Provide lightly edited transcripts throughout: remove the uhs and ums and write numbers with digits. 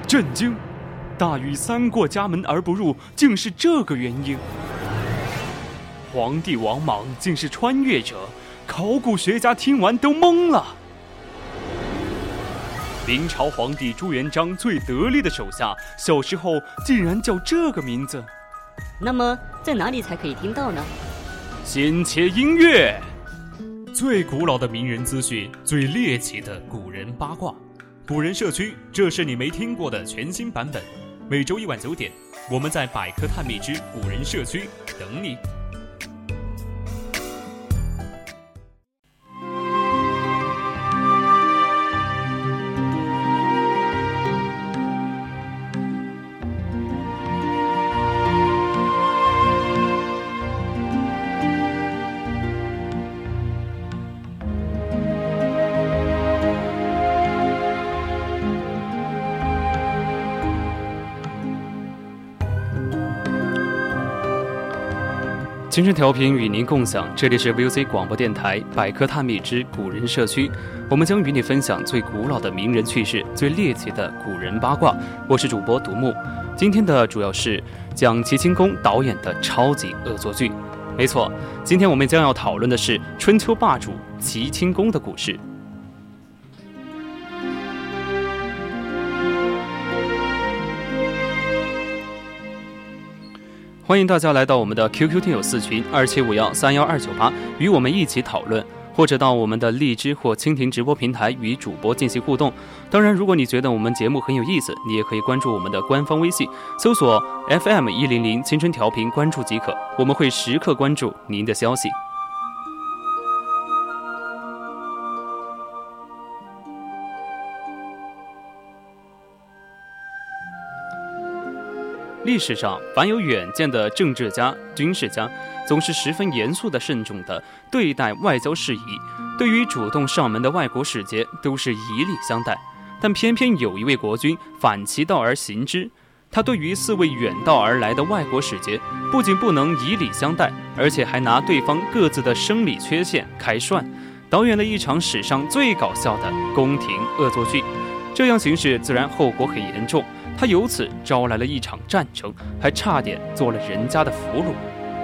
震惊！大禹三过家门而不入，竟是这个原因。皇帝王莽竟是穿越者，考古学家听完都懵了。明朝皇帝朱元璋最得力的手下，小时候竟然叫这个名字。 那么在哪里才可以听到呢？ 先切音乐。 最古老的名人资讯，最猎奇的古人八卦，古人社区，这是你没听过的全新版本。每周一晚9点，我们在百科探秘之古人社区等你。 青春调频与您共享，这里是 VOC 广播电台百科探秘之古人社区，我们将与你分享最古老的名人趣事，最猎奇的古人八卦。我是主播独木，今天的主要是讲齐清宫导演的超级恶作剧。没错，今天我们将要讨论的是春秋霸主齐清宫的故事。欢迎大家来到我们的 QQ 听友4群27513128，与我们一起讨论，或者到我们的荔枝或蜻蜓直播平台与主播进行互动。当然，如果你觉得我们节目很有意思，你也可以关注我们的官方微信，搜索 FM100青春调频，关注即可，我们会时刻关注您的消息。历史上，凡有远见的政治家、军事家，总是十分严肃地慎重地对待外交事宜，对于主动上门的外国使节，都是以礼相待。但偏偏有一位国君反其道而行之，他对于4位远道而来的外国使节，不仅不能以礼相待，而且还拿对方各自的生理缺陷开涮，导演了一场史上最搞笑的宫廷恶作剧。这样行事自然后果很严重，他由此招来了一场战争，还差点做了人家的俘虏。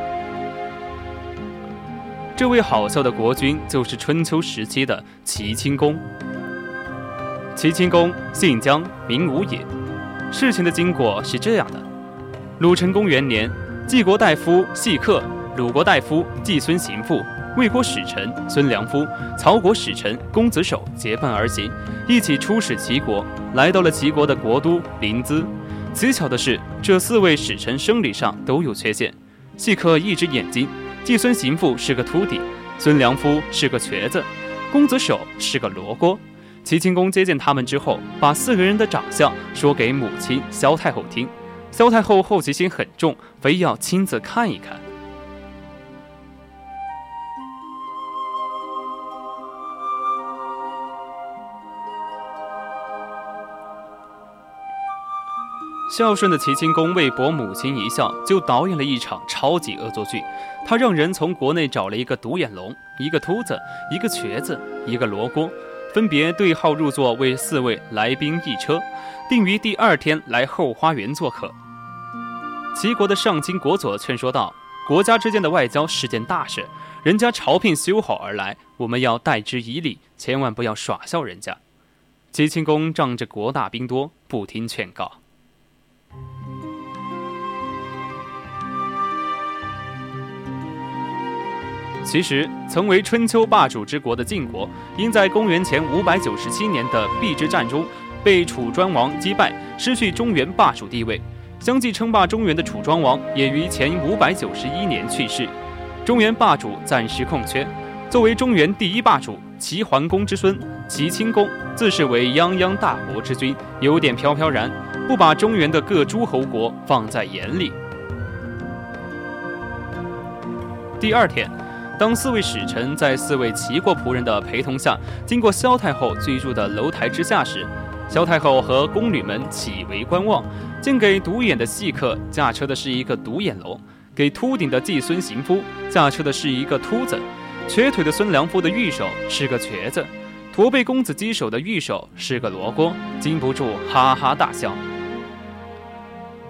这位好笑的国君就是春秋时期的齐清公。齐清公姓姜，名武也。事情的经过是这样的：鲁成公元年，晋国大夫细客、鲁国大夫季孙行父、魏国使臣孙良夫、曹国使臣公子守结伴而行，一起出使齐国，来到了齐国的国都临淄。奇巧的是，这4位使臣生理上都有缺陷。细客一只眼睛，季孙行父是个秃顶，孙良夫是个瘸子，公子守是个罗锅。齐清公接见他们之后，把4个人的长相说给母亲萧太后听。萧太后好奇心很重，非要亲自看一看。孝顺的齐清公为博母亲一笑，就导演了一场超级恶作剧。他让人从国内找了一个独眼龙、一个秃子、一个瘸子、一个罗锅，分别对号入座为4位来宾一车，定于第2天来后花园做客。齐国的上卿国佐劝说道：“国家之间的外交是件大事，人家朝聘修好而来，我们要待之以礼，千万不要耍笑人家。”齐清公仗着国大兵多，不听劝告。其实，曾为春秋霸主之国的晋国，因在公元前597年的邲之战中被楚庄王击败，失去中原霸主地位。相继称霸中原的楚庄王也于前591年去世，中原霸主暂时空缺。作为中原第1霸主，齐桓公之孙齐清公自视为泱泱大国之君，有点飘飘然，不把中原的各诸侯国放在眼里。第2天，当4位使臣在4位齐国仆人的陪同下，经过萧太后居住的楼台之下时，萧太后和宫女们起围观望，见给独眼的细客驾车的是一个独眼龙，给秃顶的季孙行夫驾车的是一个秃子，瘸腿的孙良夫的御手是个瘸子，驼背公子击手的御手是个罗锅，禁不住哈哈大笑。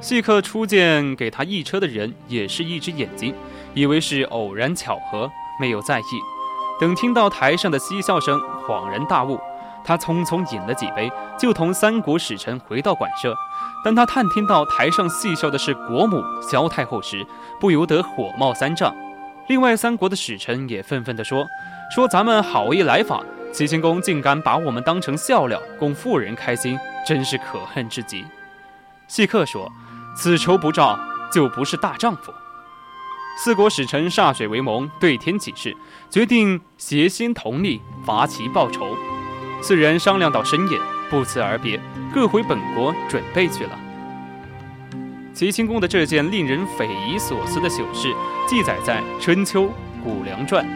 细客初见给他一车的人也是一只眼睛，以为是偶然巧合，没有在意。等听到台上的嬉笑声，恍然大悟。他匆匆饮了几杯，就同三国使臣回到馆舍。当他探听到台上戏笑的是国母萧太后时，不由得火冒三丈。另外三国的使臣也纷纷地说咱们好意来访，齐桓公竟敢把我们当成笑料，供妇人开心，真是可恨之极。细客说，此仇不报，就不是大丈夫。四国使臣歃血为盟，对天起誓，决定协心同力，伐齐报仇。四人商量到深夜，不辞而别，各回本国准备去了。齐桓公的这件令人匪夷所思的糗事，记载在《春秋·谷梁传》。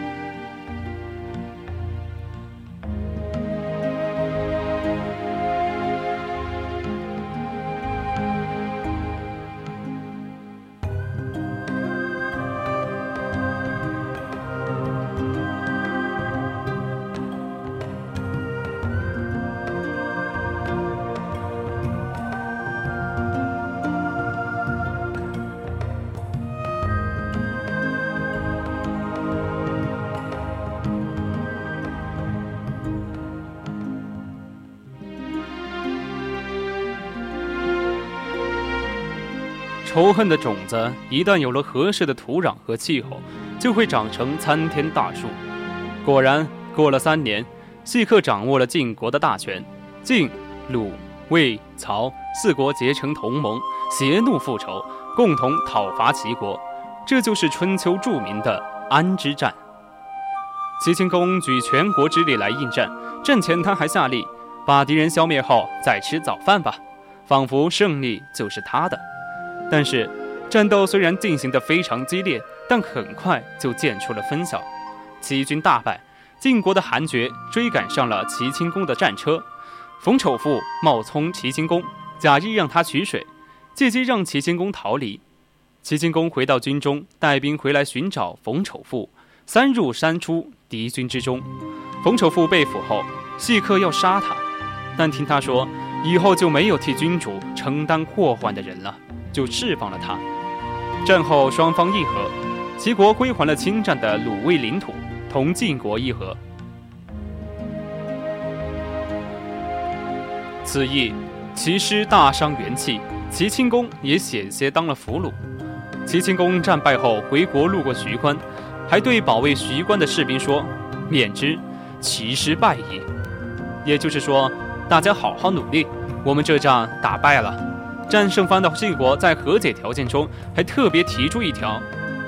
仇恨的种子一旦有了合适的土壤和气候，就会长成参天大树。果然，过了3年，细客掌握了晋国的大权，晋、鲁、魏、曹4国结成同盟，协怒复仇，共同讨伐齐国。这就是春秋著名的安之战。齐桓公举全国之力来应战，战前他还下令把敌人消灭后再吃早饭吧，仿佛胜利就是他的。但是战斗虽然进行得非常激烈，但很快就见出了分晓。齐军大败，晋国的韩厥追赶上了齐桓公的战车，冯丑父冒充齐桓公，假意让他取水，借机让齐桓公逃离。齐桓公回到军中，带兵回来寻找冯丑父，3入3出敌军之中。冯丑父被俘后，细客要杀他，但听他说以后就没有替君主承担祸患的人了，就释放了他。战后双方议和，齐国归还了侵占的鲁卫领土，同晋国议和。此役，齐师大伤元气，齐桓公也险些当了俘虏。齐桓公战败后回国，路过徐关，还对保卫徐关的士兵说：“免之，齐师败矣。”也就是说，大家好好努力，我们这仗打败了。战胜方的晋国在和解条件中还特别提出一条：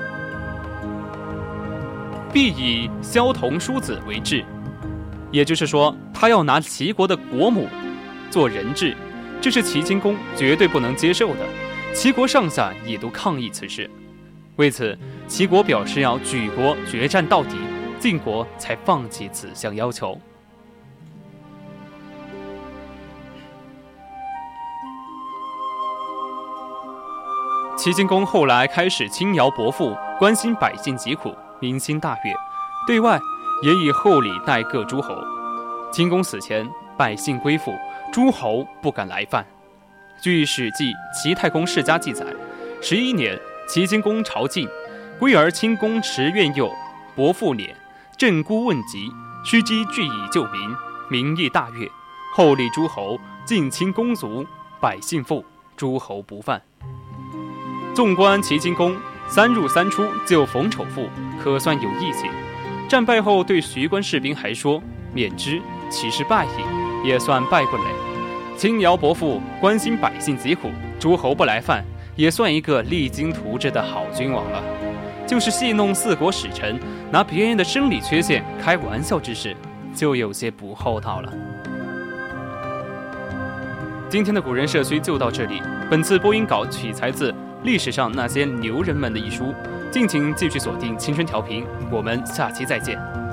必以萧同叔子为质，也就是说，他要拿齐国的国母做人质，这是齐桓公绝对不能接受的。齐国上下也都抗议此事，为此，齐国表示要举国决战到底，晋国才放弃此项要求。齐桓公后来开始轻徭薄赋，关心百姓疾苦，民心大悦，对外也以厚礼待各诸侯。秦公死前，百姓归附，诸侯不敢来犯。据《史记·齐太公世家》记载，11年，齐桓公朝晋，归而亲公持苑右，伯父辇，镇孤问疾，须稽俱以救民，民意大悦，厚礼诸侯，晋亲公族，百姓富，诸侯不犯。纵观齐桓公3入3出救冯丑父，可算有义气。战败后对徐关士兵还说：“免之，其实败矣，也算败不馁。”轻徭薄赋，关心百姓疾苦，诸侯不来犯，也算一个励精图治的好君王了。就是戏弄4国使臣，拿别人的生理缺陷开玩笑之事，就有些不厚道了。今天的古人社区就到这里。本次播音稿取材自《历史上那些牛人们》的一书，敬请继续锁定青春调频，我们下期再见。